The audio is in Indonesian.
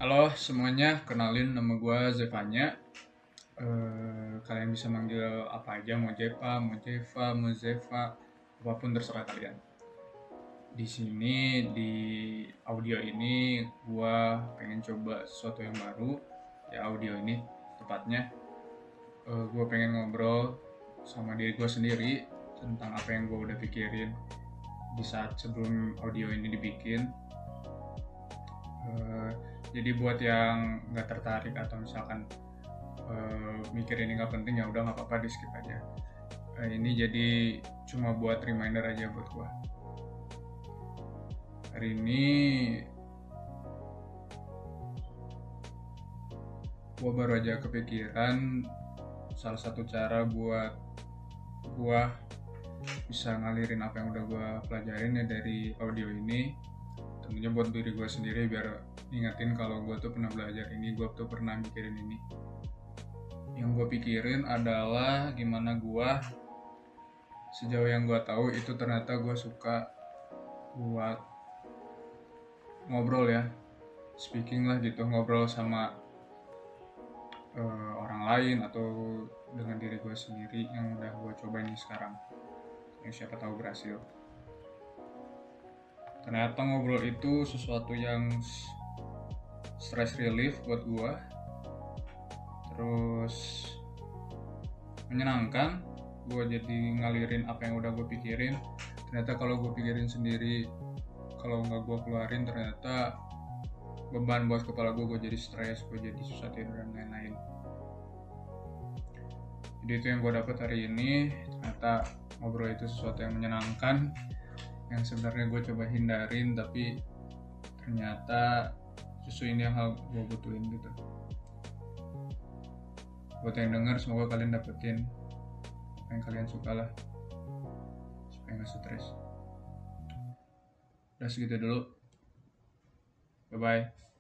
Halo semuanya, kenalin nama gue Zevanya. Kalian bisa manggil apa aja, mau Jepa, mau Jeva, mau Zeva, apapun terserah kalian. Di sini di audio ini gue pengen coba sesuatu yang baru. Ya audio ini tepatnya. Gue pengen ngobrol sama diri gue sendiri tentang apa yang gue udah pikirin di saat sebelum audio ini dibikin. Jadi buat yang nggak tertarik atau misalkan mikir ini nggak penting, ya udah nggak apa-apa, di skip aja. Ini jadi cuma buat reminder aja buat gua. Hari ini gua baru aja kepikiran salah satu cara buat gua bisa ngalirin apa yang udah gua pelajarin ya dari audio ini. Tentunya buat diri gua sendiri, biar ingetin kalau gua tuh pernah belajar ini, gua tuh pernah mikirin ini. Yang gue pikirin adalah gimana gue sejauh yang gue tahu itu ternyata gue suka buat ngobrol ya, speaking lah gitu, ngobrol sama orang lain atau dengan diri gue sendiri yang udah gue coba ini sekarang. Yang siapa tahu berhasil. Ternyata ngobrol itu sesuatu yang stress relief buat gue, terus menyenangkan. Gue jadi ngalirin apa yang udah gue pikirin. Ternyata kalau gue pikirin sendiri, kalau nggak gue keluarin, ternyata beban buat kepala gue jadi stres, gue jadi susah tidur dan lain-lain. Jadi itu yang gue dapat hari ini. Ternyata ngobrol itu sesuatu yang menyenangkan, yang sebenarnya gue coba hindarin, tapi ternyata justru ini yang hal gue butuhin gitu. Buat yang denger, semoga kalian dapetin apa yang kalian suka lah, supaya gak stres. Udah segitu dulu, bye bye.